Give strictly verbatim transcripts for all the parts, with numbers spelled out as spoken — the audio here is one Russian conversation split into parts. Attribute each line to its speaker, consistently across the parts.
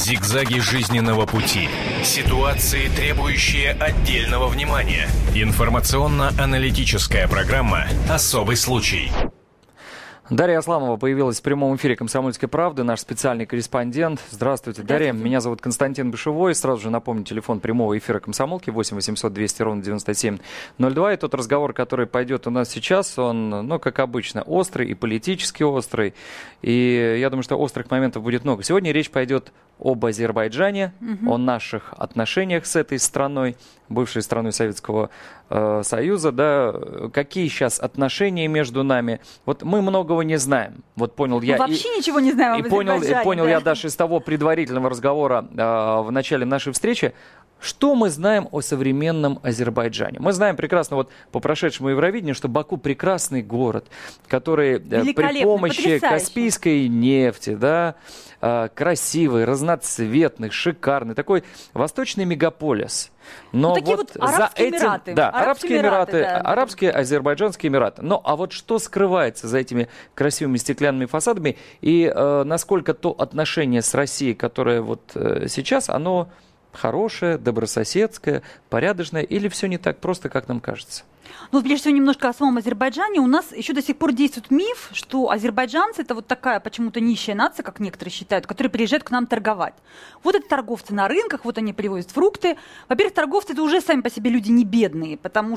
Speaker 1: Зигзаги жизненного пути. Ситуации, требующие отдельного внимания. Информационно-аналитическая программа «Особый случай».
Speaker 2: Дарья Асламова появилась в прямом эфире «Комсомольской правды», наш специальный корреспондент. Здравствуйте, Здравствуйте, Дарья. Меня зовут Константин Бышевой. Сразу же напомню, телефон прямого эфира «Комсомолки» восемь восемьсот двести ровно девяносто семь ноль два. И тот разговор, который пойдет у нас сейчас, он, ну, как обычно, острый и политически острый. И я думаю, что острых моментов будет много. Сегодня речь пойдет об Азербайджане, угу. о наших отношениях с этой страной, бывшей страной Советского э, Союза, да, какие сейчас отношения между нами. Вот мы многого не знаем. Вот понял я.
Speaker 3: Мы вообще и, ничего не знаем об
Speaker 2: и понял,
Speaker 3: Азербайджане.
Speaker 2: И понял
Speaker 3: да.
Speaker 2: я даже из того предварительного разговора э, в начале нашей встречи. Что мы знаем о современном Азербайджане? Мы знаем прекрасно, вот по прошедшему Евровидению, что Баку прекрасный город, который э, при помощи Каспийской нефти, да, э, красивый, разноцветный, шикарный, такой восточный мегаполис. Но
Speaker 3: ну, такие
Speaker 2: вот,
Speaker 3: вот Арабские
Speaker 2: за этим,
Speaker 3: Эмираты.
Speaker 2: Да,
Speaker 3: Арабские,
Speaker 2: Арабские Эмираты,
Speaker 3: Эмираты да.
Speaker 2: Арабские, Азербайджанские Эмираты. Ну, а вот что скрывается за этими красивыми стеклянными фасадами и э, насколько то отношение с Россией, которое вот э, сейчас, оно хорошее, добрососедское, порядочное, или все не так просто, как нам кажется?
Speaker 3: Ну, прежде всего, немножко о самом Азербайджане. У нас еще до сих пор действует миф, что азербайджанцы – это вот такая почему-то нищая нация, как некоторые считают, которые приезжают к нам торговать. Вот это торговцы на рынках, вот они привозят фрукты. Во-первых, торговцы – это уже сами по себе люди не бедные, потому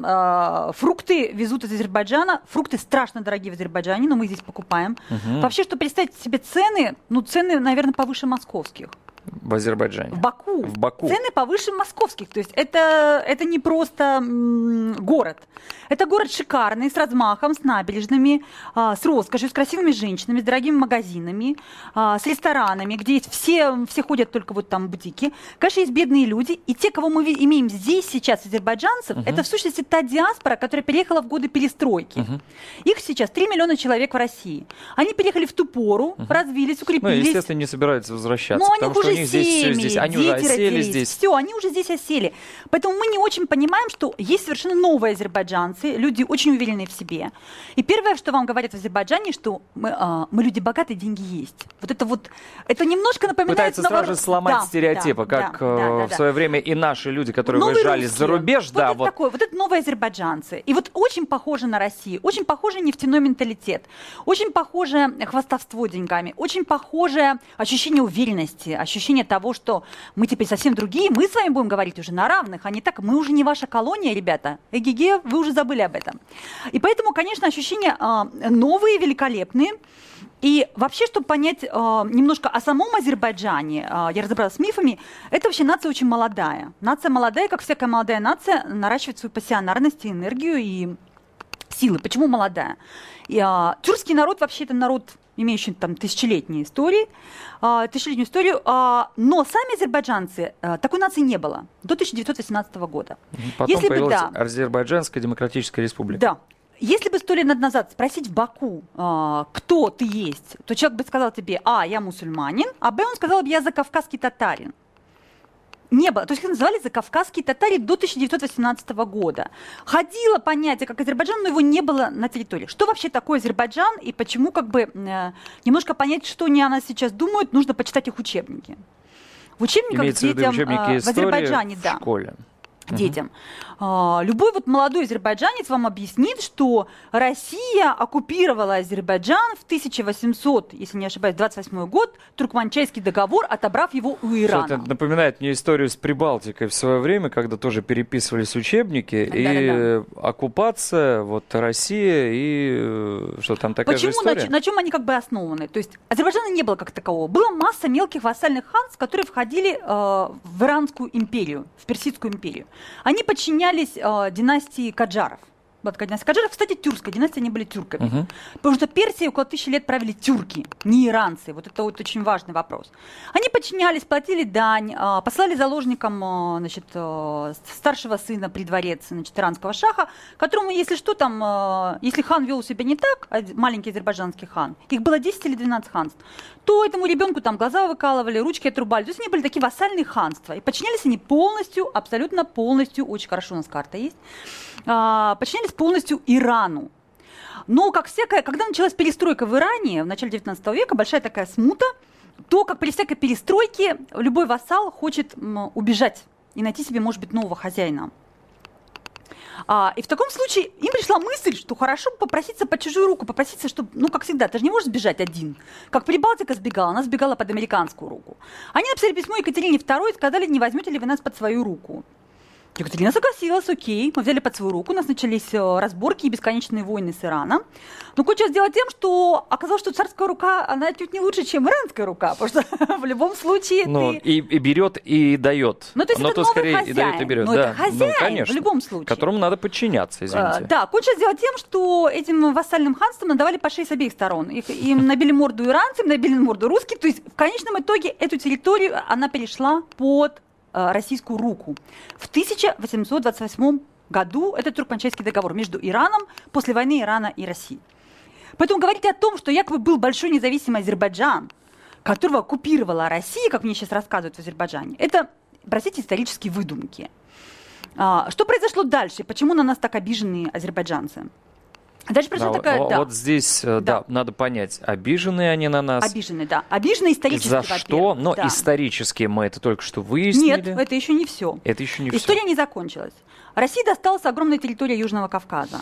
Speaker 3: что э, фрукты везут из Азербайджана. Фрукты страшно дорогие в Азербайджане, но мы здесь покупаем. Угу. Вообще, что представить себе цены, ну, цены, наверное, повыше московских.
Speaker 2: В Азербайджане.
Speaker 3: В Баку.
Speaker 2: В Баку.
Speaker 3: Цены повыше московских. То есть это, это не просто м, город. Это город шикарный, с размахом, с набережными, а, с роскошью, с красивыми женщинами, с дорогими магазинами, а, с ресторанами, где есть все, все ходят только вот там в бутики. Конечно, есть бедные люди. И те, кого мы имеем здесь сейчас, азербайджанцев, uh-huh. это в сущности та диаспора, которая переехала в годы перестройки. Uh-huh. Их сейчас три миллиона человек в России. Они переехали в ту пору, uh-huh. развились, укрепились.
Speaker 2: Ну, естественно, не собираются возвращаться.
Speaker 3: Но они уже
Speaker 2: у них здесь все здесь, они уже осели
Speaker 3: родились.
Speaker 2: здесь.
Speaker 3: Все, они уже здесь осели. Поэтому мы не очень понимаем, что есть совершенно новые азербайджанцы, люди очень уверенные в себе. И первое, что вам говорят в Азербайджане, что мы, а, мы люди богатые, деньги есть. Вот это вот, это немножко напоминает...
Speaker 2: Пытаются
Speaker 3: новор...
Speaker 2: сразу сломать
Speaker 3: да,
Speaker 2: стереотипы,
Speaker 3: да,
Speaker 2: как
Speaker 3: да, да, да,
Speaker 2: в
Speaker 3: да.
Speaker 2: свое время и наши люди, которые
Speaker 3: новые
Speaker 2: выезжали
Speaker 3: русские.
Speaker 2: за рубеж.
Speaker 3: Вот
Speaker 2: да,
Speaker 3: это
Speaker 2: вот.
Speaker 3: такое, вот это новые азербайджанцы. И вот очень похоже на Россию, очень похоже нефтяной менталитет, очень похоже хвастовство деньгами, очень похоже ощущение уверенности, ощущение того, что мы теперь совсем другие, мы с вами будем говорить уже на равных, а не так, мы уже не ваша колония, ребята, эгеге, вы уже забыли об этом. И поэтому, конечно, ощущения э, новые, великолепные. И вообще, чтобы понять э, немножко о самом Азербайджане, э, я разобралась с мифами, это вообще нация очень молодая. Нация молодая, как всякая молодая нация, наращивает свою пассионарность, энергию и силы. Почему молодая? И, э, тюркский народ вообще это народ, имеющий там тысячелетние истории, э, тысячелетнюю историю, э, но сами азербайджанцы, э, такой нации не было до тысяча девятьсот восемнадцатого года.
Speaker 2: Потом
Speaker 3: Если
Speaker 2: появилась
Speaker 3: бы, да,
Speaker 2: Азербайджанская демократическая республика.
Speaker 3: Да. Если бы сто лет назад спросить в Баку, э, кто ты есть, то человек бы сказал тебе, а, я мусульманин, а, б, он сказал бы, я закавказский татарин. Не было. То есть их называли закавказские татари до тысяча девятьсот восемнадцатого года. Ходило понятие как Азербайджан, но его не было на территории. Что вообще такое Азербайджан и почему как бы э, немножко понять, что они о нас сейчас думают, нужно почитать их учебники. В учебниках
Speaker 2: Имеется
Speaker 3: детям
Speaker 2: в виду учебники
Speaker 3: э, в Азербайджане,
Speaker 2: в
Speaker 3: да.
Speaker 2: школе.
Speaker 3: Детям. Uh-huh. Любой вот молодой азербайджанец вам объяснит, что Россия оккупировала Азербайджан в тысяча восемьсот, если не ошибаюсь, двадцать восьмой год, Туркманчайский договор, отобрав его у Ирана.
Speaker 2: Это напоминает мне историю с Прибалтикой в свое время, когда тоже переписывались учебники, да, и да, да. оккупация, вот Россия, и что там такая
Speaker 3: Почему,
Speaker 2: же история?
Speaker 3: Почему? На, на чем они как бы основаны? То есть Азербайджана не было как такового. Была масса мелких вассальных ханств, которые входили э, в Иранскую империю, в Персидскую империю. Они подчинялись э, династии Каджаров. была такая династия Каджаров. Кстати, тюркская династия, они были тюрками. Uh-huh. Потому что Персией около тысячи лет правили тюрки, не иранцы. Вот это вот очень важный вопрос. Они подчинялись, платили дань, послали заложникам, значит, старшего сына при дворец, значит, иранского шаха, которому, если что, там, если хан вел себя не так, маленький азербайджанский хан, их было десять или двенадцать ханств, то этому ребенку там глаза выкалывали, ручки отрубали. То есть они были такие вассальные ханства. И подчинялись они полностью, абсолютно полностью, очень хорошо у нас карта есть, подчинялись полностью Ирану. Но, как всякое, когда началась перестройка в Иране в начале девятнадцатого века, большая такая смута, то, как при всякой перестройке любой вассал хочет м, убежать и найти себе, может быть, нового хозяина. А, и в таком случае им пришла мысль, что хорошо бы попроситься под чужую руку, попроситься, чтобы, ну, как всегда, ты же не можешь сбежать один. Как Прибалтика сбегала, она сбегала под американскую руку. Они написали письмо Екатерине второй и сказали, не возьмете ли вы нас под свою руку. Екатерина согласилась, окей, мы взяли под свою руку, у нас начались разборки и бесконечные войны с Ираном. Но кончилось дело тем, что оказалось, что царская рука, она чуть не лучше, чем иранская рука, потому что в любом случае
Speaker 2: ну,
Speaker 3: ты...
Speaker 2: И, и берет, и дает.
Speaker 3: Ну, то есть
Speaker 2: но
Speaker 3: это
Speaker 2: то
Speaker 3: новый
Speaker 2: скорее
Speaker 3: хозяин.
Speaker 2: и дает, и берет.
Speaker 3: Но
Speaker 2: да.
Speaker 3: это хозяин,
Speaker 2: ну, конечно,
Speaker 3: в любом случае.
Speaker 2: Которому надо подчиняться, извините.
Speaker 3: А, да, кончилось дело тем, что этим вассальным ханствам надавали по шее с обеих сторон. Их, им набили морду иранцы, им набили морду русские. То есть в конечном итоге эту территорию, она перешла под российскую руку. В тысяча восемьсот двадцать восьмом году это Туркменчайский договор между Ираном, после войны Ирана и России. Поэтому говорить о том, что якобы был большой независимый Азербайджан, которого оккупировала Россия, как мне сейчас рассказывают в Азербайджане, это, простите, исторические выдумки. А, что произошло дальше? Почему на нас так обижены азербайджанцы? Дальше пришла
Speaker 2: да,
Speaker 3: такая...
Speaker 2: Вот
Speaker 3: да.
Speaker 2: здесь,
Speaker 3: да.
Speaker 2: да, надо понять, обижены они на нас.
Speaker 3: Обижены, да. Обижены исторически,
Speaker 2: За что? Но
Speaker 3: да.
Speaker 2: исторически мы это только что выяснили.
Speaker 3: Нет, это еще не все.
Speaker 2: Это еще не
Speaker 3: История
Speaker 2: все.
Speaker 3: не закончилась. России досталась огромная территория Южного Кавказа.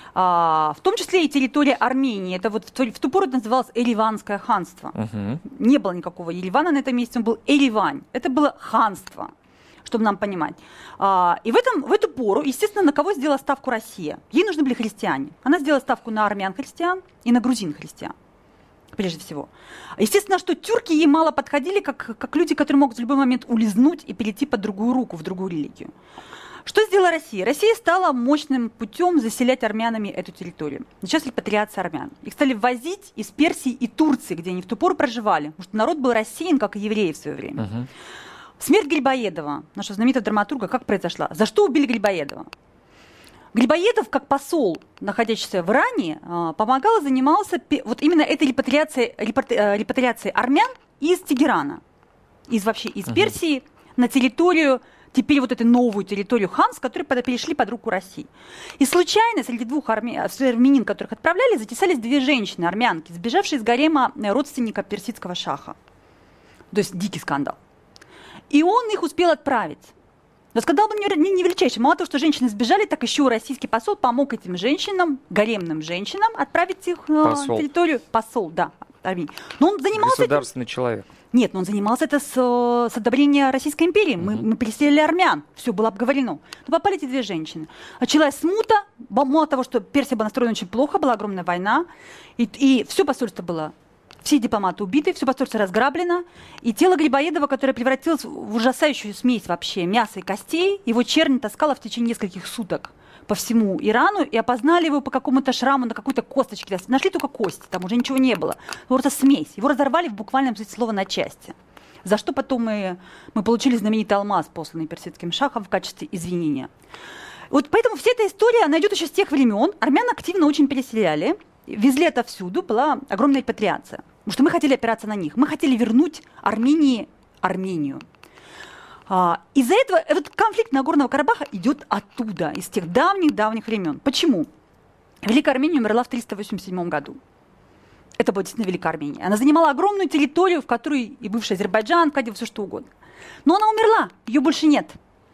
Speaker 3: А, в том числе и территория Армении. Это вот в ту, в ту пору называлось Ереванское ханство.
Speaker 2: Угу.
Speaker 3: Не было никакого Еревана на этом месте, он был Еревань. Это было ханство, чтобы нам понимать. А, и в, этом, в эту пору, естественно, на кого сделала ставку Россия? Ей нужны были христиане. Она сделала ставку на армян-христиан и на грузин-христиан, прежде всего. Естественно, что тюрки ей мало подходили, как, как люди, которые могут в любой момент улизнуть и перейти под другую руку, в другую религию. Что сделала Россия? Россия стала мощным путем заселять армянами эту территорию. Началась репатриация армян. Их стали ввозить из Персии и Турции, где они в ту пору проживали. Потому что народ был рассеян, как и евреи в свое время.
Speaker 2: Угу.
Speaker 3: Смерть Грибоедова, нашего знаменитого драматурга, как произошла? За что убили Грибоедова? Грибоедов, как посол, находящийся в Иране, помогал и занимался вот именно этой репатриацией, репатриацией армян из Тегерана, из вообще из Персии на территорию, теперь вот эту новую территорию ханств, которые перешли под руку России. И случайно среди двух армя... армянин, которых отправляли, затесались две женщины, армянки, сбежавшие из гарема родственника персидского шаха. То есть дикий скандал. И он их успел отправить. Но скандал был не величайший. Мало того, что женщины сбежали, так еще российский посол помог этим женщинам, гаремным женщинам, отправить их посол. на территорию. Посол, да, Армении. Но он занимался
Speaker 2: Государственный этим... человек.
Speaker 3: Нет, но он занимался это с, с одобрения Российской империи. Мы, mm-hmm. мы переселили армян. Все было обговорено. Но попали эти две женщины. Началась смута. Мало того, что Персия была настроена очень плохо, была огромная война. И, и все посольство было... Все дипломаты убиты, все посольство разграблено. И тело Грибоедова, которое превратилось в ужасающую смесь вообще мяса и костей, его чернь таскала в течение нескольких суток по всему Ирану, и опознали его по какому-то шраму на какой-то косточке. Нашли только кости, там уже ничего не было. Просто смесь. Его разорвали в буквальном смысле слова на части. За что потом мы, мы получили знаменитый алмаз, посланный персидским шахом в качестве извинения. Вот поэтому вся эта история, она идет еще с тех времен. Армян активно очень переселяли. Везли отовсюду, была огромная репатриация. Потому что мы хотели опираться на них. Мы хотели вернуть Армении Армению. А, из-за этого этот конфликт Нагорного Карабаха идет оттуда, из тех давних-давних времен. Почему? Великая Армения умерла в триста восемьдесят седьмом году. Это была действительно Великая Армения. Она занимала огромную территорию, в которой и бывший Азербайджан входил, все что угодно. Но она умерла, ее больше нет.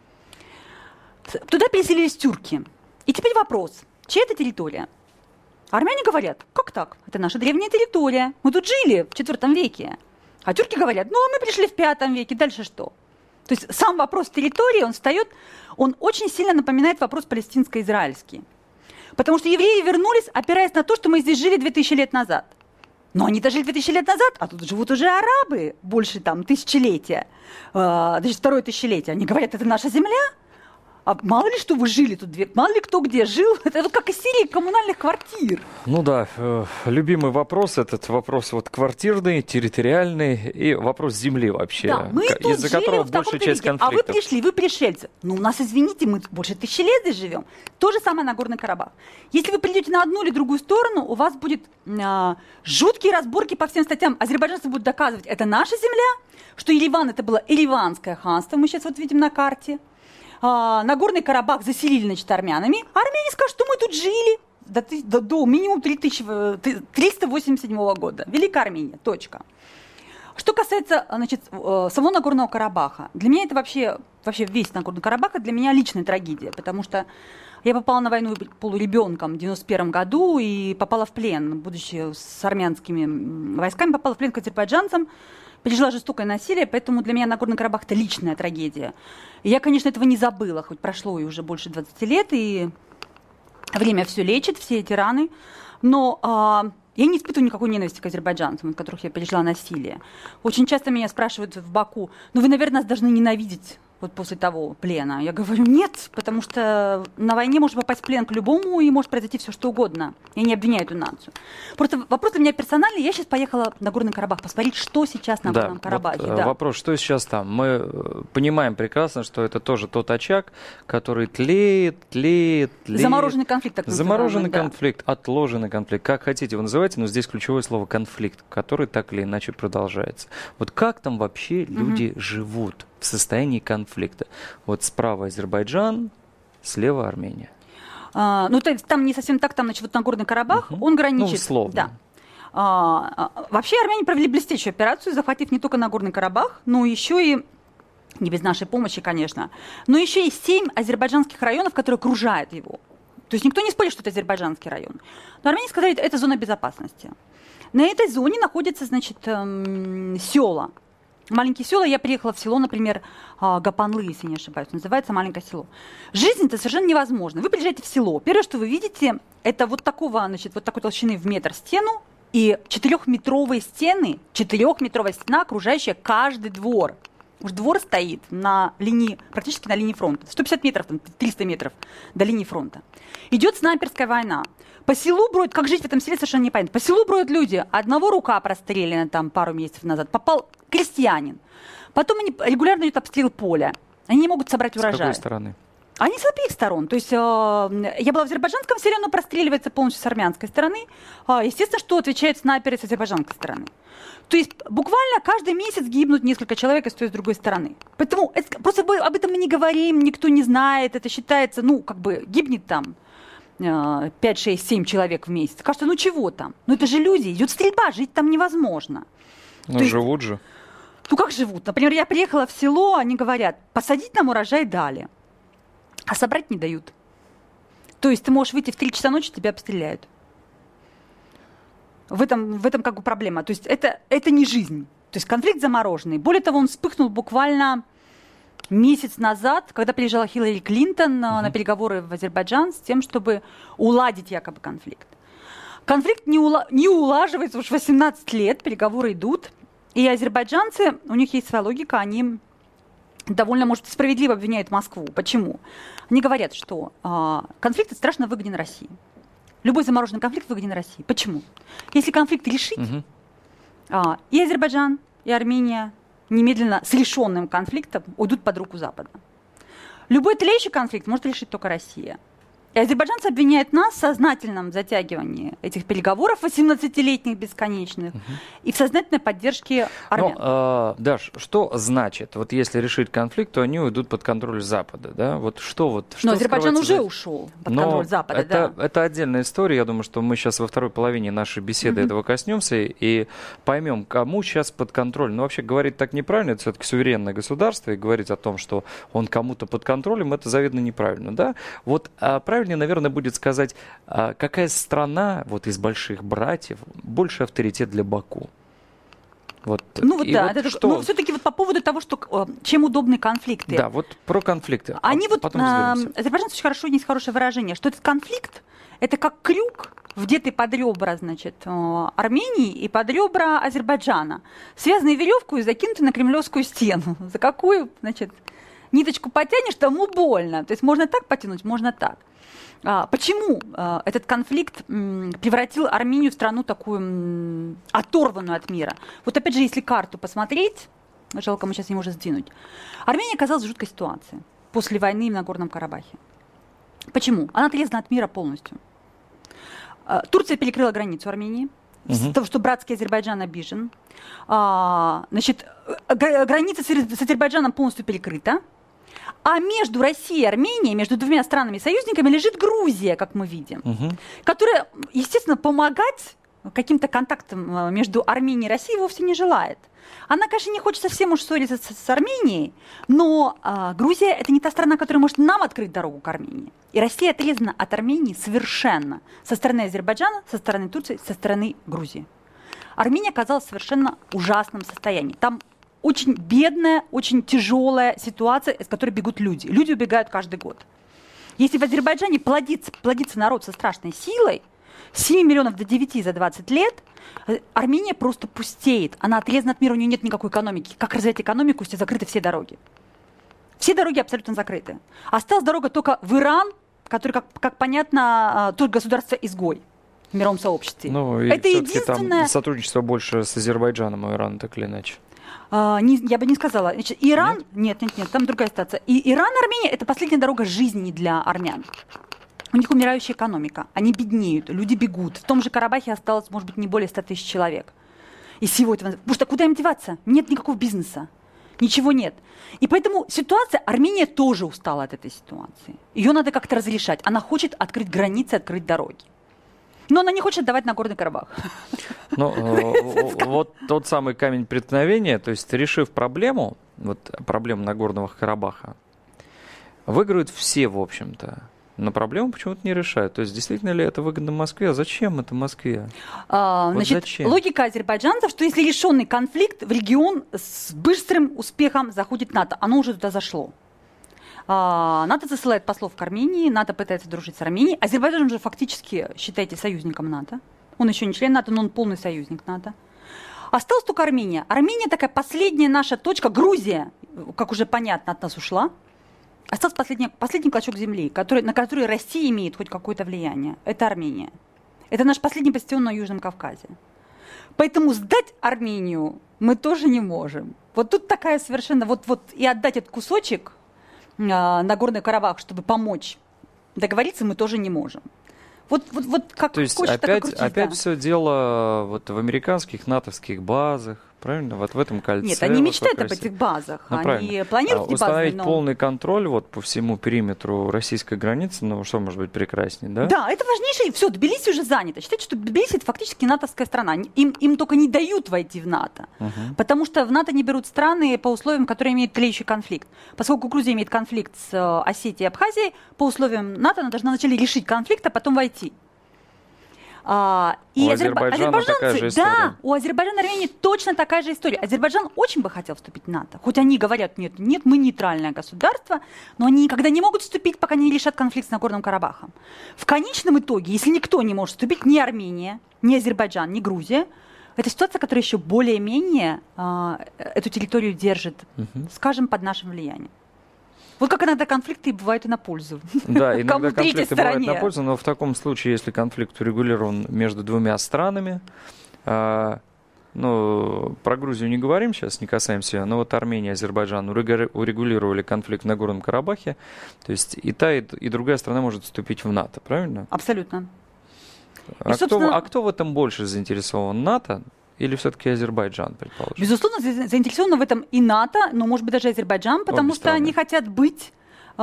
Speaker 3: Туда переселились тюрки. И теперь вопрос, чья это территория? Армяне говорят, как так? Это наша древняя территория. Мы тут жили в четвёртом веке. А тюрки говорят, ну, мы пришли в пятом веке, дальше что? То есть сам вопрос территории, он встает, он очень сильно напоминает вопрос палестинско-израильский. Потому что евреи вернулись, опираясь на то, что мы здесь жили две тысячи лет назад. Но они дожили две тысячи лет назад, а тут живут уже арабы больше там тысячелетия, э, даже второе тысячелетие. Они говорят, это наша земля. А мало ли что вы жили тут, мало ли кто где жил. Это вот как из серии коммунальных квартир.
Speaker 2: Ну да, э, любимый вопрос, этот вопрос вот квартирный, территориальный и вопрос земли вообще,
Speaker 3: да, мы
Speaker 2: к- из-за которого большая часть
Speaker 3: виде.
Speaker 2: конфликтов.
Speaker 3: А вы пришли, вы пришельцы. Ну, у нас, извините, мы больше тысячи лет здесь живем. То же самое Нагорный Карабах. Если вы придете на одну или другую сторону, у вас будет э, жуткие разборки по всем статьям. Азербайджанцы будут доказывать, это наша земля, что Ереван это было Ереванское ханство, мы сейчас вот видим на карте. А, Нагорный Карабах заселили, значит, армянами. А армяне скажут, что мы тут жили до, до, до минимум триста восемьдесят седьмого года. Великая Армения, точка. Что касается, значит, самого Нагорного Карабаха, для меня это вообще, вообще весь Нагорный Карабах, для меня личная трагедия, потому что я попала на войну полуребенком в девяносто первом году и попала в плен, будучи с армянскими войсками, попала в плен к азербайджанцам, пережила жестокое насилие, поэтому для меня Нагорный Карабах – это личная трагедия. И я, конечно, этого не забыла, хоть прошло и уже больше двадцати лет, и время все лечит, все эти раны, но а, я не испытываю никакой ненависти к азербайджанцам, от которых я пережила насилие. Очень часто меня спрашивают в Баку: ну вы, наверное, нас должны ненавидеть вот после того плена. Я говорю: нет, потому что на войне можно попасть в плен к любому, и может произойти все что угодно. Я не обвиняю эту нацию. Просто вопрос для меня персональный. Я сейчас поехала в Нагорный Карабах посмотреть, что сейчас на Нагорном
Speaker 2: да,
Speaker 3: Карабахе.
Speaker 2: Вот,
Speaker 3: да.
Speaker 2: Вопрос, что сейчас там? Мы понимаем прекрасно, что это тоже тот очаг, который тлеет, тлеет, тлеет.
Speaker 3: Замороженный конфликт, так называемый.
Speaker 2: Замороженный
Speaker 3: да.
Speaker 2: конфликт, отложенный конфликт, как хотите его называйте, но здесь ключевое слово конфликт, который так или иначе продолжается. Вот как там вообще люди угу. живут в состоянии конфликта? Вот справа Азербайджан, слева Армения.
Speaker 3: А, ну, то есть там не совсем так, там, значит, вот Нагорный Карабах, угу. он граничит...
Speaker 2: Ну, условно.
Speaker 3: Да. А, а, вообще армяне провели блестящую операцию, захватив не только Нагорный Карабах, но еще и, не без нашей помощи, конечно, но еще и семь азербайджанских районов, которые окружают его. То есть никто не спорит, что это азербайджанский район. Но армяне сказали, что это зона безопасности. На этой зоне находятся, значит, эм, села. Маленькие села. Я приехала в село, например, Гапанлы, если не ошибаюсь, называется маленькое село. Жизнь это совершенно невозможно. Вы приезжаете в село. Первое, что вы видите, это вот такого, значит, вот такой толщины в метр стену и четырехметровые стены, четырехметровая стена, окружающая каждый двор. Уж двор стоит на линии, практически на линии фронта. сто пятьдесят метров, там, триста метров до линии фронта. Идет снайперская война. По селу броют, как жить в этом селе, совершенно непонятно. По селу броют люди. Одного рука прострелена там пару месяцев назад. Попал крестьянин. Потом они, регулярно идет обстрел поля. Они не могут собрать урожай.
Speaker 2: С какой стороны?
Speaker 3: Они с обеих сторон. То есть э, я была в азербайджанском селе, но простреливается полностью с армянской стороны. Э, естественно, что отвечают снайперы с азербайджанской стороны. То есть буквально каждый месяц гибнут несколько человек и с той и с другой стороны. Поэтому это, просто об этом мы не говорим, никто не знает. Это считается, ну, как бы гибнет там пять, шесть, семь человек в месяц. Кажется, ну чего там? Ну это же люди, идет стрельба, жить там невозможно.
Speaker 2: Ну живут же.
Speaker 3: Ну как живут? Например, я приехала в село, они говорят, посадить нам урожай дали, а собрать не дают. То есть ты можешь выйти в три часа ночи, тебя обстреляют. В этом, в этом как бы проблема. То есть это, это не жизнь. То есть конфликт замороженный. Более того, он вспыхнул буквально месяц назад, когда приезжала Хиллари Клинтон uh-huh. на переговоры в Азербайджан с тем, чтобы уладить якобы конфликт. Конфликт не, ула- не улаживается уж восемнадцать лет, переговоры идут. И азербайджанцы, у них есть своя логика, они довольно, может, справедливо обвиняют Москву. Почему? Они говорят, что э, конфликт страшно выгоден России. Любой замороженный конфликт выгоден России. Почему? Если конфликт решить, uh-huh. э, и Азербайджан, и Армения немедленно с решенным конфликтом уйдут под руку Запада. Любой тлеющий конфликт может решить только Россия. И азербайджанцы обвиняют нас в сознательном затягивании этих переговоров восемнадцатилетних бесконечных угу. и в сознательной поддержке армян.
Speaker 2: Ну, э, Даш, что значит, вот если решить конфликт, то они уйдут под контроль Запада, да? Вот что вот? Что
Speaker 3: Но Азербайджан уже
Speaker 2: за...
Speaker 3: ушел под
Speaker 2: Но
Speaker 3: контроль Запада,
Speaker 2: это,
Speaker 3: да.
Speaker 2: Это отдельная история. Я думаю, что мы сейчас во второй половине нашей беседы угу. этого коснемся и поймем, кому сейчас под контроль. Ну, вообще говорить так неправильно, это все-таки суверенное государство, и говорить о том, что он кому-то под контролем, это заведомо неправильно, да? Вот а правильно, наверное, будет сказать, а какая страна вот из больших братьев больше авторитет для Баку? Вот.
Speaker 3: Ну вот
Speaker 2: и
Speaker 3: да,
Speaker 2: вот
Speaker 3: это,
Speaker 2: что...
Speaker 3: но все-таки вот по поводу того, что чем удобны конфликты.
Speaker 2: Да, вот про конфликты.
Speaker 3: Они
Speaker 2: а
Speaker 3: вот,
Speaker 2: потом
Speaker 3: а,
Speaker 2: разберемся.
Speaker 3: азербайджанцы очень хорошо, есть хорошее выражение, что этот конфликт, это как крюк, вдетый под ребра, значит, Армении и под ребра Азербайджана, связанный веревку и закинутый на кремлевскую стену. За какую, значит, ниточку потянешь, тому больно. То есть можно так потянуть, можно так. Почему этот конфликт превратил Армению в страну такую оторванную от мира? Вот опять же, если карту посмотреть, жалко, мы сейчас не можем сдвинуть, Армения оказалась в жуткой ситуации после войны в Нагорном Карабахе. Почему? Она отрезана от мира полностью. Турция перекрыла границу Армении, из-за того, что братский Азербайджан обижен. Значит, граница с Азербайджаном полностью перекрыта. А между Россией и Арменией, между двумя странами-союзниками, лежит Грузия, как мы видим, угу. которая, естественно, помогать каким-то контактом между Арменией и Россией вовсе не желает. Она, конечно, не хочет совсем уж ссориться с, с Арменией, но а, Грузия – это не та страна, которая может нам открыть дорогу к Армении. И Россия отрезана от Армении совершенно. Со стороны Азербайджана, со стороны Турции, со стороны Грузии. Армения оказалась в совершенно ужасном состоянии. Там очень бедная, очень тяжелая ситуация, из которой бегут люди. Люди убегают каждый год. Если в Азербайджане плодится, плодится народ со страшной силой, с семи миллионов до девяти за двадцать лет, Армения просто пустеет. Она отрезана от мира, у нее нет никакой экономики. Как развивать экономику, если закрыты все дороги? Все дороги абсолютно закрыты. Осталась дорога только в Иран, который, как, как понятно, тут государство-изгой в мировом сообществе.
Speaker 2: Ну, и
Speaker 3: это
Speaker 2: единственное... там сотрудничество больше с Азербайджаном и Ираном, так или иначе.
Speaker 3: А, не, я бы не сказала. Значит, Иран... Нет? нет, нет, нет, там другая ситуация. И Иран, Армения – это последняя дорога жизни для армян. У них умирающая экономика, они беднеют, люди бегут. В том же Карабахе осталось, может быть, не более ста тысяч человек. И всего этого. Потому что куда им деваться? Нет никакого бизнеса. Ничего нет. И поэтому ситуация, Армения тоже устала от этой ситуации. Ее надо как-то разрешать. Она хочет открыть границы, открыть дороги. Но она не хочет отдавать Нагорный Карабах.
Speaker 2: Ну, вот тот самый камень преткновения, то есть решив проблему, вот проблему Нагорного Карабаха, выиграют все, в общем-то. Но проблему почему-то не решают. То есть действительно ли это выгодно Москве? А зачем это Москве?
Speaker 3: А, вот значит, зачем? Логика азербайджанцев, что если решенный конфликт, в регион с быстрым успехом заходит НАТО. Оно уже туда зашло. А, НАТО засылает послов к Армении, НАТО пытается дружить с Арменией. Азербайджан уже фактически, считайте, союзником НАТО. Он еще не член НАТО, но он полный союзник НАТО. Осталась только Армения. Армения такая последняя наша точка. Грузия, как уже понятно, от нас ушла. Остался последний, последний клочок земли, который, на который Россия имеет хоть какое-то влияние. Это Армения. Это наш последний бастион на Южном Кавказе. Поэтому сдать Армению мы тоже не можем. Вот тут такая совершенно... Вот, вот и отдать этот кусочек э, Нагорный Карабах, чтобы помочь договориться, мы тоже не можем. Вот, вот, вот как
Speaker 2: То есть
Speaker 3: хочешь,
Speaker 2: опять,
Speaker 3: крутить,
Speaker 2: опять
Speaker 3: да.
Speaker 2: все дело вот в американских натовских базах, правильно? Вот в этом кольце.
Speaker 3: Нет, они
Speaker 2: вот
Speaker 3: мечтают об
Speaker 2: России.
Speaker 3: этих базах.
Speaker 2: Ну,
Speaker 3: они
Speaker 2: правильно.
Speaker 3: планируют
Speaker 2: а,
Speaker 3: эти базы,
Speaker 2: установить
Speaker 3: но...
Speaker 2: полный контроль вот по всему периметру российской границы, ну что может быть прекраснее, да?
Speaker 3: Да, это важнейшее. Все, Тбилиси уже занято. Считайте, что Тбилиси это фактически натовская страна. Им, им только не дают войти в НАТО. Uh-huh. Потому что в НАТО не берут страны по условиям, которые имеют тлеющий конфликт. Поскольку Грузия имеет конфликт с Осетией и Абхазией, по условиям НАТО она должна вначале решить конфликт, а потом войти. А, и
Speaker 2: у
Speaker 3: Азербай...
Speaker 2: Азербайджана такая же история.
Speaker 3: Да, у Азербайджана и Армении точно такая же история. Азербайджан очень бы хотел вступить в НАТО. Хоть они говорят, нет, нет, мы нейтральное государство, но они никогда не могут вступить, пока не решат конфликт с Нагорным Карабахом. В конечном итоге, если никто не может вступить, ни Армения, ни Азербайджан, ни Грузия, это ситуация, которая еще более-менее э, эту территорию держит, угу. скажем, под нашим влиянием. Вот как иногда конфликты бывают и на пользу.
Speaker 2: Да, иногда конфликты бывают на пользу, но в таком случае, если конфликт урегулирован между двумя странами, э, ну, про Грузию не говорим сейчас, не касаемся, но вот Армения и Азербайджан урегулировали конфликт в Нагорном Карабахе, то есть и та, и, и другая страна может вступить в НАТО, правильно?
Speaker 3: Абсолютно.
Speaker 2: А, и, собственно... кто, а кто в этом больше заинтересован? НАТО? Или все-таки Азербайджан, предположим?
Speaker 3: Безусловно, заинтересованы в этом и НАТО, но, может быть, даже Азербайджан, потому Обе что страны. Они хотят быть, э,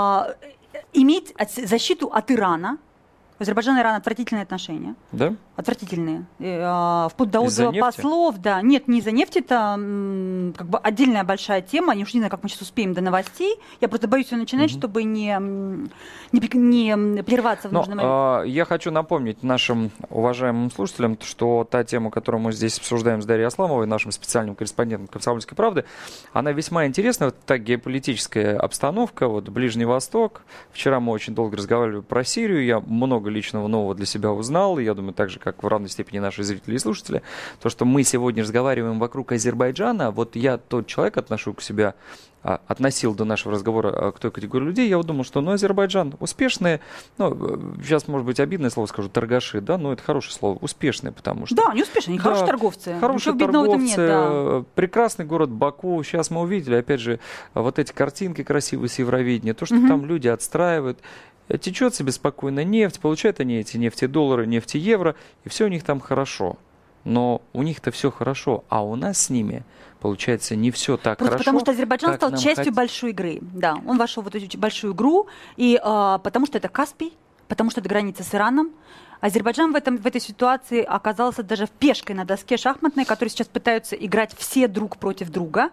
Speaker 3: иметь защиту от Ирана. У Азербайджана и Ирана отвратительные отношения. Да? Отвратительные. Э, вплоть до отзыва послов. Да. Нет, не из-за нефти, это м, как бы отдельная большая тема. Я уж не знаю, как мы сейчас успеем до новостей. Я просто боюсь ее начинать, угу. чтобы не, не, не прерваться в нужном
Speaker 2: момент. Э, я хочу напомнить нашим уважаемым слушателям, что та тема, которую мы здесь обсуждаем с Дарьей Асламовой, нашим специальным корреспондентом «Комсомольской правды», она весьма интересна. Вот та геополитическая обстановка, вот Ближний Восток. Вчера мы очень долго разговаривали про Сирию. Я много личного нового для себя узнал, и я думаю, так же, как в равной степени наши зрители и слушатели, то, что мы сегодня разговариваем вокруг Азербайджана, вот я тот человек отношу к себя, относил до нашего разговора к той категории людей, я вот думал, что, ну, Азербайджан успешные, ну, сейчас, может быть, обидное слово скажу, торгаши, да, но это хорошее слово, успешные, потому что...
Speaker 3: Да, они успешные, они да, хорошие торговцы.
Speaker 2: Хорошие торговцы, нет, да. Прекрасный город Баку, сейчас мы увидели, опять же, вот эти картинки красивые с Евровидения, то, что угу. там люди отстраивают, течет себе спокойно нефть, получают они эти нефтедоллары, нефтеевро, и все у них там хорошо. Но у них-то все хорошо, а у нас с ними, получается, не все так
Speaker 3: Просто
Speaker 2: хорошо.
Speaker 3: Потому что Азербайджан стал частью хот... большой игры. Да, он вошел в эту большую игру, и а, потому что это Каспий, потому что это граница с Ираном. Азербайджан в, этом, в этой ситуации оказался даже пешкой на доске шахматной, которые сейчас пытаются играть все друг против друга.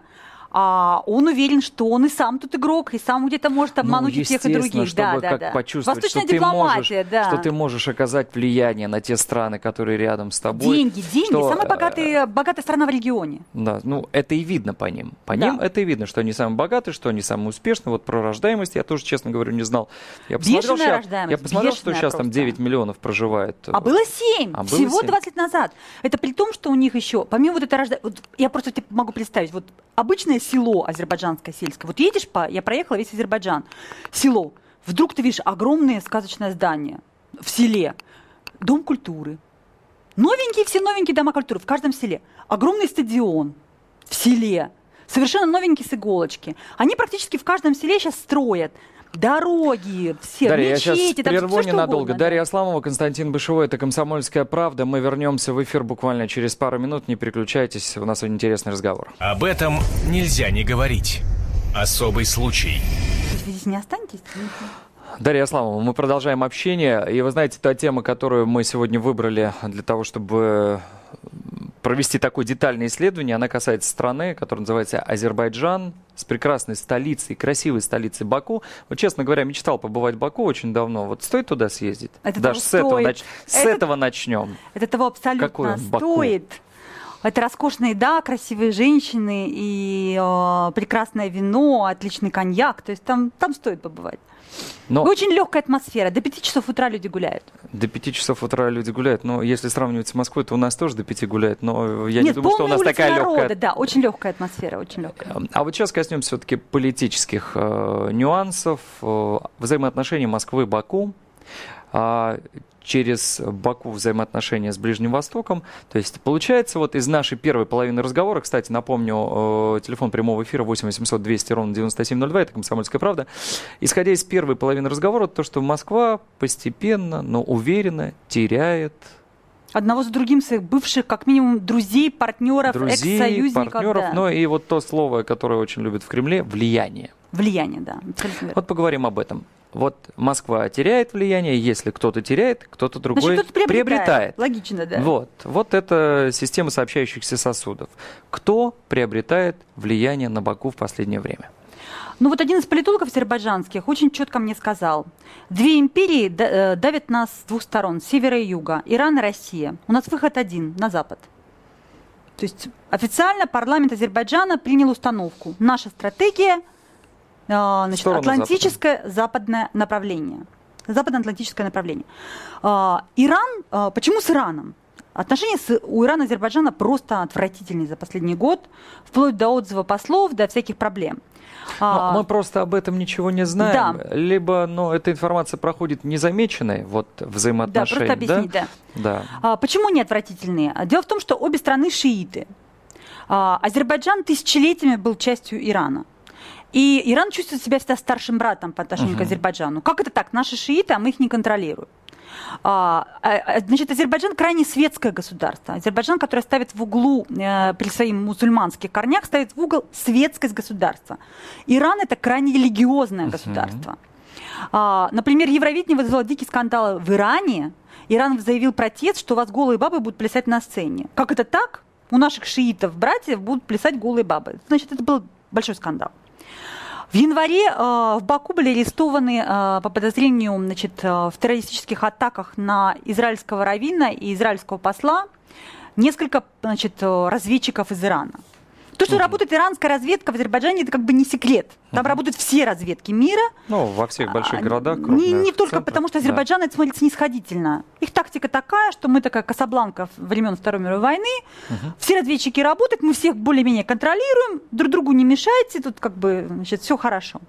Speaker 3: А он уверен, что он и сам тут игрок, и сам где-то может обмануть
Speaker 2: ну,
Speaker 3: и тех, и других.
Speaker 2: Чтобы
Speaker 3: да, да,
Speaker 2: как
Speaker 3: да.
Speaker 2: почувствовать,
Speaker 3: Восточная
Speaker 2: что ты, можешь,
Speaker 3: да.
Speaker 2: что ты можешь оказать влияние на те страны, которые рядом с тобой.
Speaker 3: Деньги, деньги.
Speaker 2: Что,
Speaker 3: самая богатая, богатая страна в регионе.
Speaker 2: Да, ну это и видно по ним. По
Speaker 3: да.
Speaker 2: ним это и видно, что они самые богатые, что они самые успешные. Вот про рождаемость я тоже, честно говоря, не знал. Я посмотрел,
Speaker 3: Бешеная
Speaker 2: сейчас,
Speaker 3: рождаемость.
Speaker 2: я посмотрел что сейчас
Speaker 3: просто.
Speaker 2: там девять миллионов проживает.
Speaker 3: А было семь.
Speaker 2: А было
Speaker 3: Всего
Speaker 2: семь.
Speaker 3: двадцать лет назад. Это при том, что у них еще, помимо вот этой рождаемости, вот я просто тебе могу представить, вот обычное село азербайджанское, сельское. Вот едешь по... Я проехала весь Азербайджан. Село. Вдруг ты видишь огромное сказочное здание в селе. Дом культуры. Новенькие, все новенькие дома культуры в каждом селе. Огромный стадион в селе. Совершенно новенькие с иголочки. Они практически в каждом селе сейчас строят. Дороги, все,
Speaker 2: Дарья,
Speaker 3: мечети,
Speaker 2: я сейчас
Speaker 3: там
Speaker 2: прерву
Speaker 3: все, что
Speaker 2: ненадолго.
Speaker 3: угодно,
Speaker 2: Дарья
Speaker 3: да.
Speaker 2: Асламова, Константин Бышевой, это «Комсомольская правда». Мы вернемся в эфир буквально через пару минут. Не переключайтесь, у нас интересный разговор.
Speaker 1: Об этом нельзя не говорить. Особый случай.
Speaker 3: Вы здесь не останетесь?
Speaker 2: Дарья Асламова, мы продолжаем общение. И вы знаете, та тема, которую мы сегодня выбрали для того, чтобы провести такое детальное исследование, она касается страны, которая называется Азербайджан, с прекрасной столицей, красивой столицей Баку. Вот, честно говоря, мечтал побывать в Баку очень давно. Вот стоит туда съездить?
Speaker 3: Это
Speaker 2: Даже
Speaker 3: того
Speaker 2: с этого,
Speaker 3: стоит.
Speaker 2: нач... с
Speaker 3: Это-
Speaker 2: этого начнем.
Speaker 3: Это того абсолютно
Speaker 2: Какой он, Баку?
Speaker 3: стоит. Это роскошная еда, красивые женщины и э, прекрасное вино, отличный коньяк. То есть там, там стоит побывать.
Speaker 2: Но
Speaker 3: И очень легкая атмосфера. До пяти часов утра люди гуляют.
Speaker 2: до пяти часов утра люди гуляют. Но если сравнивать с Москвой, то у нас тоже до пяти гуляют. Но я
Speaker 3: Нет,
Speaker 2: не думаю, что у
Speaker 3: полные
Speaker 2: нас
Speaker 3: улицы
Speaker 2: такая
Speaker 3: народа,
Speaker 2: легкая.
Speaker 3: да, очень легкая атмосфера, очень легкая.
Speaker 2: А вот сейчас коснемся все-таки политических э, нюансов, э, взаимоотношений Москвы и Баку, а через Баку взаимоотношения с Ближним Востоком. То есть получается вот из нашей первой половины разговора, кстати, напомню, э, телефон прямого эфира восемь восемьсот двести ровно девяносто семь ноль два, это «Комсомольская правда». Исходя из первой половины разговора, то, что Москва постепенно, но уверенно теряет
Speaker 3: Одного за другим своих бывших, как минимум, друзей, партнеров,
Speaker 2: друзей,
Speaker 3: экс-союзников.
Speaker 2: партнеров,
Speaker 3: Да.
Speaker 2: но и вот то слово, которое очень любят в Кремле, влияние.
Speaker 3: Влияние, да. абсолютно верно.
Speaker 2: Вот поговорим об этом. Вот Москва теряет влияние, если кто-то теряет, кто-то другой
Speaker 3: Значит, кто-то приобретает.
Speaker 2: приобретает.
Speaker 3: Логично, да.
Speaker 2: Вот, вот это система сообщающихся сосудов. Кто приобретает влияние на Баку в последнее время?
Speaker 3: Ну вот один из политологов азербайджанских очень четко мне сказал: две империи да- э, давят нас с двух сторон, с севера и юга, Иран и Россия. У нас выход один, на запад. То есть официально парламент Азербайджана принял установку. Наша стратегия, э, значит,
Speaker 2: Сторону
Speaker 3: атлантическое западное направление. Западно-атлантическое направление. Э, Иран, э, почему с Ираном? Отношения с, у Ирана и Азербайджана просто отвратительные за последний год, вплоть до отзыва послов, до всяких проблем.
Speaker 2: Но
Speaker 3: А,
Speaker 2: мы просто об этом ничего не знаем.
Speaker 3: Да.
Speaker 2: Либо ну, эта информация проходит незамеченной, вот
Speaker 3: Да,
Speaker 2: взаимоотношения.
Speaker 3: просто объяснить, да.
Speaker 2: Да.
Speaker 3: А, почему они отвратительные? Дело в том, что обе страны шииты. А, Азербайджан тысячелетиями был частью Ирана. И Иран чувствует себя всегда старшим братом по отношению
Speaker 2: Мгм.
Speaker 3: к Азербайджану. Как это так? Наши шииты, а мы их не контролируем. А, а, значит, Азербайджан крайне светское государство. Азербайджан, которое ставит в углу, э, при своих мусульманских корнях, ставит в угол светскость государства. Иран – это крайне религиозное
Speaker 2: Мгм.
Speaker 3: государство. А, например, Евровидение вызвало дикий скандал в Иране. Иран заявил протест, что у вас голые бабы будут плясать на сцене. Как это так? У наших шиитов, братьев, будут плясать голые бабы. Значит, это был большой скандал. В январе э, в Баку были арестованы э, по подозрению, значит, э, в террористических атаках на израильского раввина и израильского посла несколько, значит, э, разведчиков из Ирана. То, что
Speaker 2: Мгм.
Speaker 3: работает иранская разведка в Азербайджане, это как бы не секрет. Там
Speaker 2: Мгм.
Speaker 3: работают все разведки мира.
Speaker 2: Ну, во всех больших
Speaker 3: А,
Speaker 2: городах.
Speaker 3: Не,
Speaker 2: крупных
Speaker 3: не только
Speaker 2: центрах,
Speaker 3: потому, что
Speaker 2: да.
Speaker 3: Азербайджан это смотрится снисходительно. Их тактика такая, что мы такая Касабланка времен Второй мировой войны.
Speaker 2: Мгм.
Speaker 3: Все разведчики работают, мы всех более-менее контролируем, друг другу не мешайте, тут как бы, значит, все хорошо.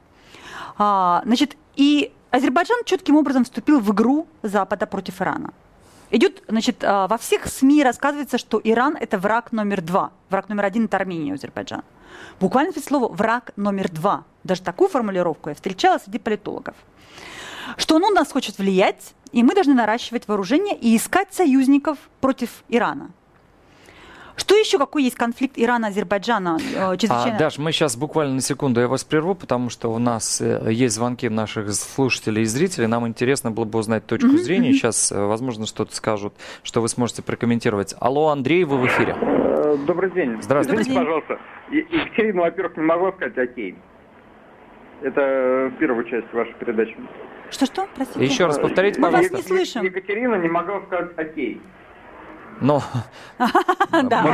Speaker 3: А, значит, и Азербайджан четким образом вступил в игру Запада против Ирана. Идет, значит, а, во всех СМИ рассказывается, что Иран это враг номер два. Враг номер один это Армения, Азербайджан. Буквально это слово враг номер два. Даже такую формулировку я встречала среди политологов. Что он у нас хочет влиять, и мы должны наращивать вооружение и искать союзников против Ирана. Что еще, какой есть конфликт Ирана и Азербайджана?
Speaker 2: А, Даш, мы сейчас буквально на секунду я вас прерву, потому что у нас есть звонки наших слушателей и зрителей. Нам интересно было бы узнать точку mm-hmm. зрения. Сейчас, возможно, что-то скажут, что вы сможете прокомментировать. Алло, Андрей, вы в эфире.
Speaker 4: Добрый день.
Speaker 2: Здравствуйте.
Speaker 4: Извините, пожалуйста. Екатерина, во-первых, не могла сказать «окей». Это первая часть вашей передачи.
Speaker 3: Что-что? Простите.
Speaker 2: Еще раз повторите,
Speaker 3: мы
Speaker 2: пожалуйста.
Speaker 3: вас не слышим.
Speaker 4: Екатерина не могла сказать «окей».
Speaker 2: Но...
Speaker 3: Да.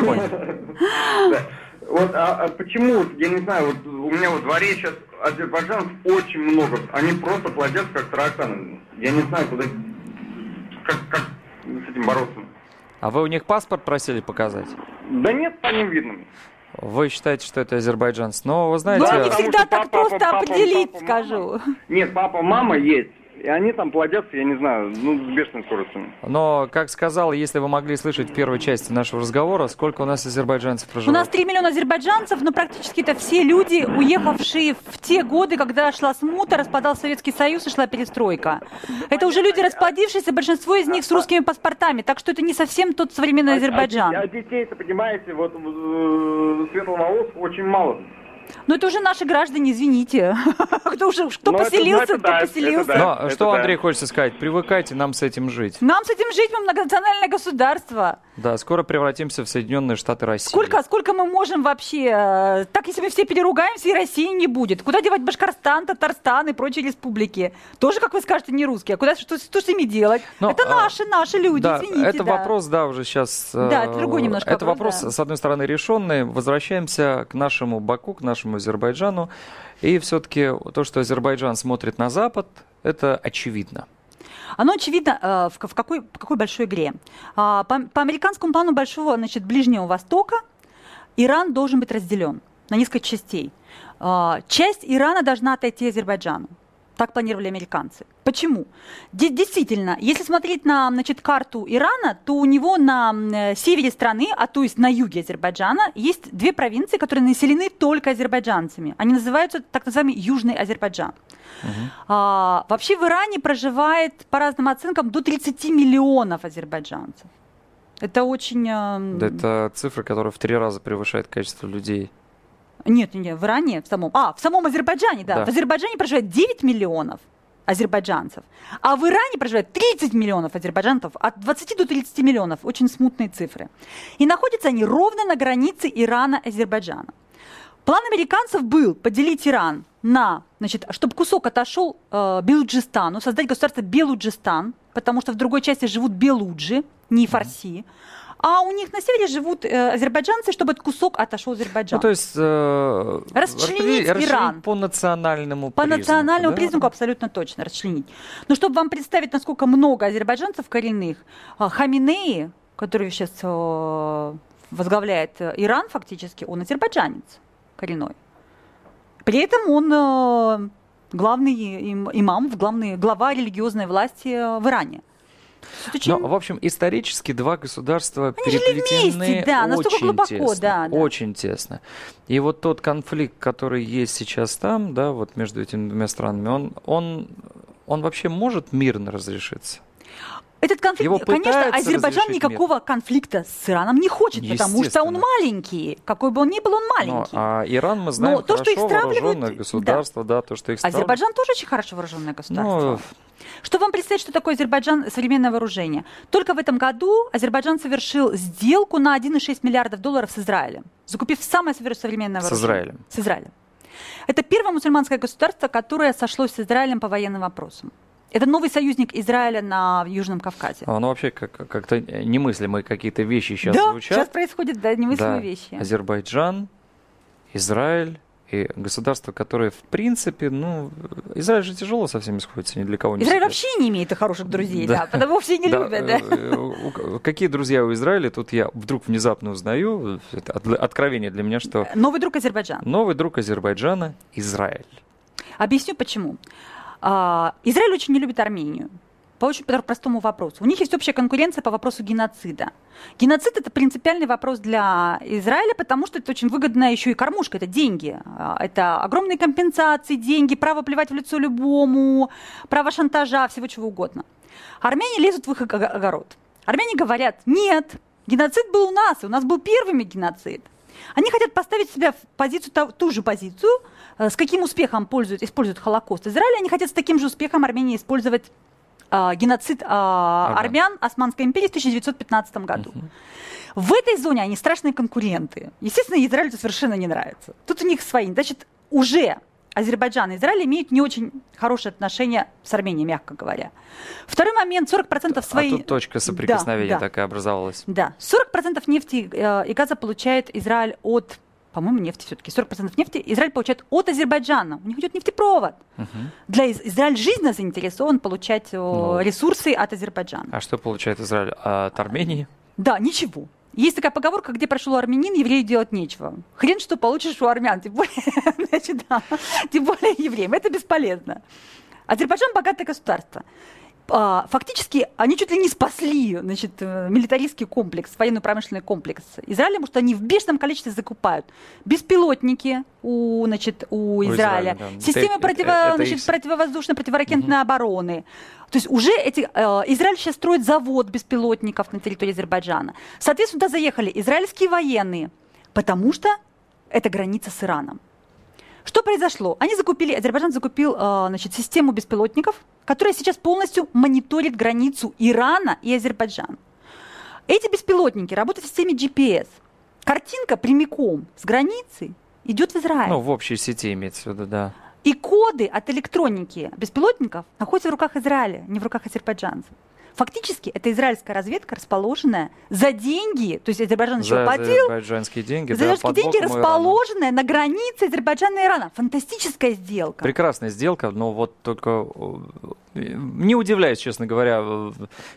Speaker 4: Вот, а, а почему, я не знаю, вот у меня вот в дворе сейчас азербайджанцев очень много. Они просто плодятся как тараканы. Я не знаю, куда, как, как с этим бороться.
Speaker 2: А вы у них паспорт просили показать?
Speaker 4: Да нет, по ним видно.
Speaker 2: Вы считаете, что это азербайджанцы? Но вы знаете...
Speaker 3: Ну, не всегда так
Speaker 4: папа,
Speaker 3: просто
Speaker 4: папа,
Speaker 3: определить,
Speaker 4: папа,
Speaker 3: скажу.
Speaker 4: Мама. Нет, папа, мама есть. И они там плодятся, я не знаю, ну, с бешеной скоростью.
Speaker 2: Но, как сказал, если вы могли слышать в первой части нашего разговора, сколько у нас азербайджанцев проживает?
Speaker 3: У нас три миллиона азербайджанцев, но практически это все люди, уехавшие в те годы, когда шла смута, распадал Советский Союз и шла перестройка. Это уже люди расплодившиеся, большинство из них с русскими паспортами, так что это не совсем тот современный Азербайджан.
Speaker 4: А, а детей-то, понимаете, вот светловолосых очень мало.
Speaker 3: Ну, это уже наши граждане, извините. Кто уже, кто
Speaker 4: Но
Speaker 3: поселился,
Speaker 4: это, ну, это
Speaker 3: кто
Speaker 4: да,
Speaker 3: поселился.
Speaker 4: это
Speaker 2: Но
Speaker 4: да,
Speaker 2: что,
Speaker 4: да.
Speaker 2: Андрей, хочется сказать? Привыкайте нам с этим жить.
Speaker 3: Нам с этим жить, мы многонациональное государство.
Speaker 2: Да, скоро превратимся в Соединенные Штаты России.
Speaker 3: Сколько, сколько мы можем вообще... Так, если мы все переругаемся, и России не будет. Куда девать Башкортостан, Татарстан и прочие республики? Тоже, как вы скажете, не русские. А куда, что, что с ними делать?
Speaker 2: Но,
Speaker 3: это
Speaker 2: а,
Speaker 3: наши, наши люди,
Speaker 2: да,
Speaker 3: извините.
Speaker 2: это
Speaker 3: да.
Speaker 2: вопрос, да, уже сейчас...
Speaker 3: Да, это другой немножко
Speaker 2: Это
Speaker 3: вопрос,
Speaker 2: вопрос,
Speaker 3: да.
Speaker 2: с одной стороны, решенный. Возвращаемся к нашему Баку, к нашему Азербайджану. И все-таки то, что Азербайджан смотрит на Запад, это очевидно.
Speaker 3: Оно очевидно э, в, в какой, в какой большой игре. А, по, по американскому плану большого, значит, Ближнего Востока Иран должен быть разделен на несколько частей. А, часть Ирана должна отойти Азербайджану. Так планировали американцы. Почему? Д- действительно, если смотреть на, значит, карту Ирана, то у него на э, севере страны, а то есть на юге Азербайджана, есть две провинции, которые населены только азербайджанцами. Они называются так называемый Южный Азербайджан. Uh-huh. А, вообще в Иране проживает, по разным оценкам, до тридцать миллионов азербайджанцев. Это очень... Э...
Speaker 2: Да, это цифра, которая в три раза превышает количество людей.
Speaker 3: Нет, нет, в Иране, в самом... А, в самом Азербайджане, да.
Speaker 2: да.
Speaker 3: В Азербайджане проживает девять миллионов азербайджанцев, а в Иране проживает тридцать миллионов азербайджанцев, от двадцати до тридцати миллионов. Очень смутные цифры. И находятся они ровно на границе Ирана и Азербайджана. План американцев был поделить Иран на, значит, чтобы кусок отошел э, Белуджистану, создать государство Белуджистан, потому что в другой части живут белуджи, не фарси. А у них на севере живут э, азербайджанцы, чтобы этот кусок отошел Азербайджану.
Speaker 2: Ну, то есть э,
Speaker 3: расчленить
Speaker 2: расчленить
Speaker 3: Иран
Speaker 2: по национальному
Speaker 3: по
Speaker 2: признаку.
Speaker 3: По национальному
Speaker 2: да?
Speaker 3: признаку абсолютно точно расчленить. Но чтобы вам представить, насколько много азербайджанцев коренных, Хаминеи, который сейчас э, возглавляет Иран фактически, он азербайджанец коренной. При этом он э, главный им, имам, главный, глава религиозной власти в Иране. Очень...
Speaker 2: Но, в общем, исторически два государства
Speaker 3: Они
Speaker 2: переплетены
Speaker 3: вместе, да,
Speaker 2: очень
Speaker 3: глубоко,
Speaker 2: тесно,
Speaker 3: да, да.
Speaker 2: очень тесно. И вот тот конфликт, который есть сейчас там, да, вот между этими двумя странами, он, он, он вообще может мирно разрешиться?
Speaker 3: Этот конфликт,
Speaker 2: Его
Speaker 3: конечно, Азербайджан никакого
Speaker 2: мир.
Speaker 3: конфликта с Ираном не хочет, потому что он маленький. Какой бы он ни был, он маленький.
Speaker 2: Но, а Иран, мы знаем,
Speaker 3: Но то,
Speaker 2: хорошо
Speaker 3: что их
Speaker 2: вооруженное государство, да. да, то, что их
Speaker 3: Азербайджан тоже очень хорошо вооруженное государство.
Speaker 2: Но...
Speaker 3: Что вам представить, что такое Азербайджан современное вооружение? Только в этом году Азербайджан совершил сделку на один и шесть миллиардов долларов с Израилем, закупив самое современное вооружение.
Speaker 2: С Израилем.
Speaker 3: С Израилем. Это первое мусульманское государство, которое сошлось с Израилем по военным вопросам. Это новый союзник Израиля на Южном Кавказе.
Speaker 2: А, ну, вообще, как- как-то немыслимые какие-то вещи сейчас
Speaker 3: да,
Speaker 2: звучат.
Speaker 3: сейчас происходят да, немыслимые
Speaker 2: Да.
Speaker 3: вещи.
Speaker 2: Азербайджан, Израиль и государства, которые, в принципе, ну, Израиль же тяжело совсем сходится, ни для кого не
Speaker 3: Израиль
Speaker 2: секрет.
Speaker 3: вообще не имеет хороших друзей, да,
Speaker 2: Да.
Speaker 3: потому все не
Speaker 2: Да,
Speaker 3: любят, да.
Speaker 2: э, у- Какие друзья у Израиля? Тут я вдруг внезапно узнаю, это от- откровение для меня, что
Speaker 3: Новый друг Азербайджан.
Speaker 2: новый друг Азербайджана – Израиль.
Speaker 3: Объясню почему. А, Израиль очень не любит Армению. По очень простому вопросу. У них есть общая конкуренция по вопросу геноцида. Геноцид – это принципиальный вопрос для Израиля, потому что это очень выгодная еще и кормушка, это деньги. Это огромные компенсации, деньги, право плевать в лицо любому, право шантажа, всего чего угодно. Армяне лезут в их огород. Армяне говорят: нет, Геноцид был у нас, и у нас был первыми геноцид. Они хотят поставить себя в позицию, ту же позицию, с каким успехом пользуют, используют Холокост Израиля. Они хотят с таким же успехом Армении использовать э, геноцид э, армян Османской империи в тысяча девятьсот пятнадцатом году. Uh-huh. В этой зоне они страшные конкуренты. Естественно, Израилю это совершенно не нравится. Тут у них свои. Значит, уже Азербайджан и Израиль имеют не очень хорошие отношения с Арменией, мягко говоря. Второй момент, сорок процентов своей...
Speaker 2: А тут точка соприкосновения
Speaker 3: да,
Speaker 2: такая образовалась.
Speaker 3: Да, сорок процентов нефти э, и газа получает Израиль от, по-моему, нефти все-таки. сорок процентов нефти Израиль получает от Азербайджана. У них идет нефтепровод. Угу. Для Из- Израиль жизненно заинтересован получать э, ну. ресурсы от Азербайджана.
Speaker 2: А что получает Израиль от Армении?
Speaker 3: Да, ничего. Есть такая поговорка, где прошел армянин, еврею делать нечего. Хрен что получишь у армян, тем более, значит, да, тем более евреям. Это бесполезно. Азербайджан богатое государство. Фактически они чуть ли не спасли, значит, милитаристский комплекс, военно-промышленный комплекс Израиля, потому что они в бешеном количестве закупают беспилотники у, значит, у, у Израиля, Израиля да. системы это, противо, это, это значит, их... противовоздушной, противоракетной угу. обороны. То есть уже эти, э, Израиль сейчас строит завод беспилотников на территории Азербайджана. Соответственно, туда заехали израильские военные, потому что это граница с Ираном. Что произошло? Они закупили, Азербайджан закупил э, значит, систему беспилотников, которая сейчас полностью мониторит границу Ирана и Азербайджана. Эти беспилотники работают в системе джи пи эс. Картинка прямиком с границы идет в Израиль.
Speaker 2: Ну, в общей сети имеется в виду, да.
Speaker 3: И коды от электроники беспилотников находятся в руках Израиля, не в руках азербайджанцев. Фактически, это израильская разведка, расположенная за деньги, то есть Азербайджан еще
Speaker 2: за
Speaker 3: платил,
Speaker 2: азербайджанские деньги,
Speaker 3: за азербайджанские
Speaker 2: да,
Speaker 3: деньги, расположенная на границе Азербайджана и Ирана. Фантастическая сделка.
Speaker 2: Прекрасная сделка, но вот только не удивляюсь, честно говоря,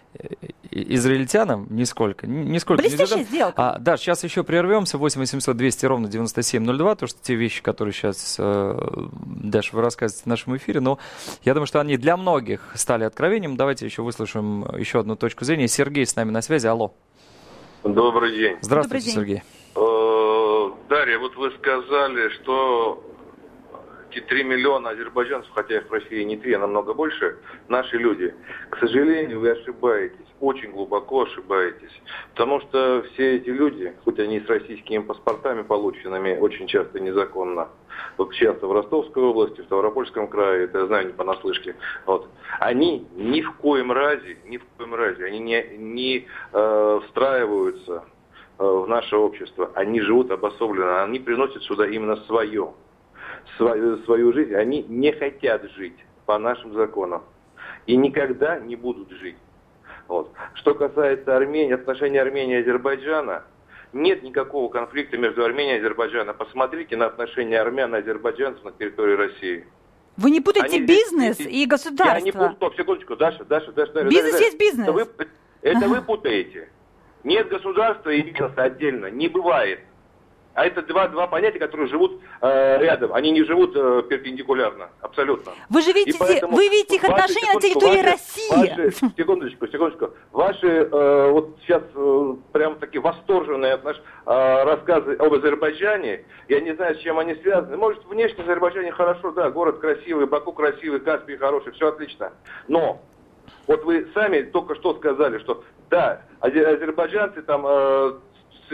Speaker 2: израильтянам нисколько. нисколько
Speaker 3: Блестящая
Speaker 2: не
Speaker 3: сделка.
Speaker 2: А, да, сейчас еще прервемся. восемь восемьсот двести ровно девяносто семь ноль два, то что те вещи, которые сейчас, э, Даша, вы рассказываете в нашем эфире, но я думаю, что они для многих стали откровением. Давайте еще выслушаем еще одну точку зрения. Сергей с нами на связи. Алло.
Speaker 5: Добрый день.
Speaker 2: Здравствуйте,
Speaker 3: Добрый день.
Speaker 2: Сергей.
Speaker 5: Дарья, вот вы сказали, что эти три миллиона азербайджанцев, хотя их в России не три, а намного больше, наши люди. К сожалению, вы ошибаетесь, очень глубоко ошибаетесь. Потому что все эти люди, хоть они и с российскими паспортами полученными, очень часто незаконно, вот часто в Ростовской области, в Ставропольском крае, это я знаю не понаслышке, вот, они ни в коем разе, ни в коем разе, они не, не э, встраиваются э, в наше общество, они живут обособленно, они приносят сюда именно свое. Свою, свою жизнь, они не хотят жить по нашим законам и никогда не будут жить. Вот. Что касается Армении, отношений Армении и Азербайджана, нет никакого конфликта между Арменией и Азербайджаном. Посмотрите на отношения армян и азербайджанцев на территории России.
Speaker 3: Вы не путайте они бизнес
Speaker 5: здесь,
Speaker 3: и государство.
Speaker 5: Я не путаю, стоп, секундочку, Даша, Даша, Даша. Даша
Speaker 3: бизнес
Speaker 5: Даша,
Speaker 3: есть бизнес.
Speaker 5: Это вы, это вы путаете. Нет государства и бизнеса отдельно, не бывает. А это два, два понятия, которые живут э, рядом. Они не живут э, перпендикулярно, абсолютно.
Speaker 3: Вы же видите, вы видите их отношения на территории ваши, России.
Speaker 5: Ваши, секундочку, секундочку. Ваши э, вот сейчас э, прям такие восторженные отнош... э, рассказы об Азербайджане, я не знаю, с чем они связаны. Может, внешне Азербайджане хорошо, да, город красивый, Баку красивый, Каспий хороший, все отлично. Но вот вы сами только что сказали, что да, азербайджанцы там... Э, с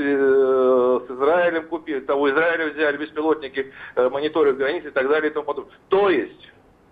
Speaker 5: Израилем купили, там у Израиля взяли беспилотники, э, мониторинг границы и так далее и тому подобное. То есть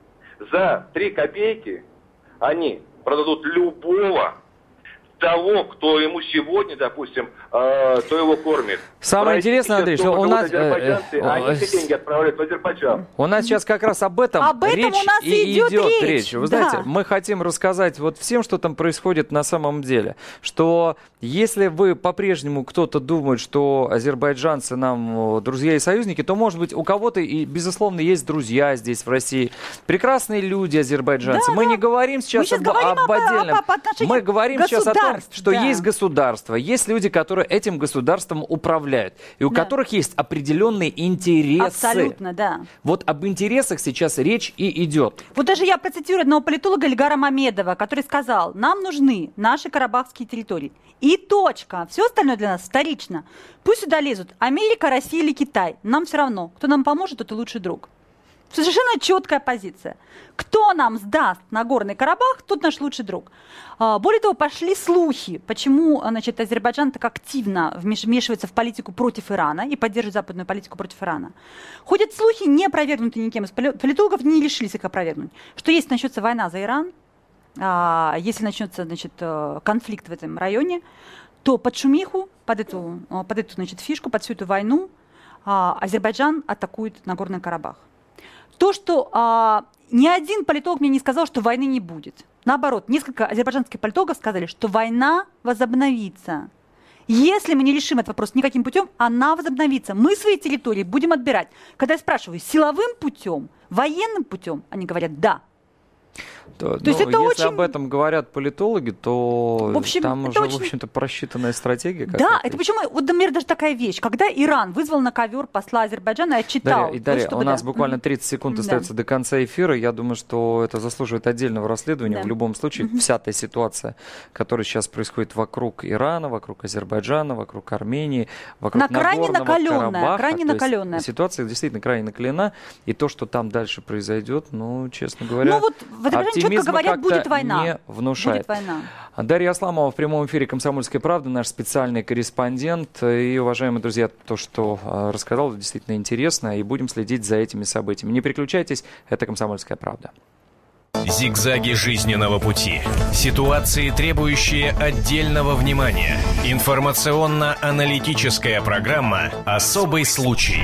Speaker 5: за три копейки они продадут любого того, кто ему сегодня, допустим, э, кто его кормит.
Speaker 2: Самое интересное, Андрей, что у нас...
Speaker 5: Азербайджанцы, а они все деньги отправляют в Азербайджан.
Speaker 2: У нас сейчас как раз об этом,
Speaker 3: об этом
Speaker 2: речь
Speaker 3: у нас
Speaker 2: и
Speaker 3: идет,
Speaker 2: идет речь.
Speaker 3: речь.
Speaker 2: Вы
Speaker 3: да.
Speaker 2: знаете, мы хотим рассказать вот всем, что там происходит на самом деле. Что если вы по-прежнему кто-то думает, что азербайджанцы нам друзья и союзники, то, может быть, у кого-то и, безусловно, есть друзья здесь, в России. Прекрасные люди азербайджанцы.
Speaker 3: Да,
Speaker 2: мы
Speaker 3: да.
Speaker 2: не говорим сейчас,
Speaker 3: сейчас
Speaker 2: об,
Speaker 3: говорим
Speaker 2: об отдельном.
Speaker 3: Об, об, об
Speaker 2: мы говорим сейчас о том, что
Speaker 3: да.
Speaker 2: есть государство, есть люди, которые этим государством управляют, и у
Speaker 3: да.
Speaker 2: которых есть определенные интересы.
Speaker 3: Абсолютно, да.
Speaker 2: Вот об интересах сейчас речь и идет.
Speaker 3: Вот даже я процитирую одного политолога Ильгара Мамедова, который сказал: нам нужны наши карабахские территории. И точка. Все остальное для нас вторично. Пусть сюда лезут Америка, Россия или Китай. Нам все равно. Кто нам поможет, тот и лучший друг. Совершенно четкая позиция. Кто нам сдаст Нагорный Карабах, тот наш лучший друг. Более того, пошли слухи, почему, значит, Азербайджан так активно вмешивается в политику против Ирана и поддерживает западную политику против Ирана. Ходят слухи, не опровергнутые никем из политологов, не решились их опровергнуть, что если начнется война за Иран, если начнется, значит, конфликт в этом районе, то под шумиху, под эту, под эту, значит, фишку, под всю эту войну Азербайджан атакует Нагорный Карабах. То, что а, ни один политолог мне не сказал, что войны не будет. Наоборот, несколько азербайджанских политологов сказали, что война возобновится. Если мы не решим этот вопрос никаким путем, она возобновится. Мы свои территории будем отбирать. Когда я спрашиваю, силовым путем, военным путем, они говорят «да».
Speaker 2: То,
Speaker 3: То есть
Speaker 2: ну,
Speaker 3: это
Speaker 2: если
Speaker 3: очень...
Speaker 2: об этом говорят политологи, то
Speaker 3: в общем,
Speaker 2: там уже,
Speaker 3: очень...
Speaker 2: в общем-то, просчитанная стратегия.
Speaker 3: Да, это почему, вот, например, даже такая вещь, когда Иран вызвал на ковер посла Азербайджана, я читал.
Speaker 2: Дарья, и Дарья,
Speaker 3: вот,
Speaker 2: у нас
Speaker 3: да.
Speaker 2: буквально тридцать секунд остается
Speaker 3: да.
Speaker 2: до конца эфира. Я думаю, что это заслуживает отдельного расследования.
Speaker 3: Да.
Speaker 2: В любом случае, mm-hmm. вся та ситуация, которая сейчас происходит вокруг Ирана, вокруг Азербайджана, вокруг Армении, вокруг
Speaker 3: на крайне
Speaker 2: Нагорного
Speaker 3: накаленная,
Speaker 2: Карабаха.
Speaker 3: крайне накаленная.
Speaker 2: Ситуация действительно крайне накалена. И то, что там дальше произойдет, ну, честно говоря,
Speaker 3: ну, вот в Азербайджане четко говорят, будет война.
Speaker 2: Не внушает.
Speaker 3: Будет война.
Speaker 2: Дарья Асламова в прямом эфире «Комсомольской правды», наш специальный корреспондент. И, уважаемые друзья, то, что э, рассказал, действительно интересно, и будем следить за этими событиями. Не переключайтесь, это «Комсомольская правда».
Speaker 1: Зигзаги жизненного пути. Ситуации, требующие отдельного внимания. Информационно-аналитическая программа «Особый случай».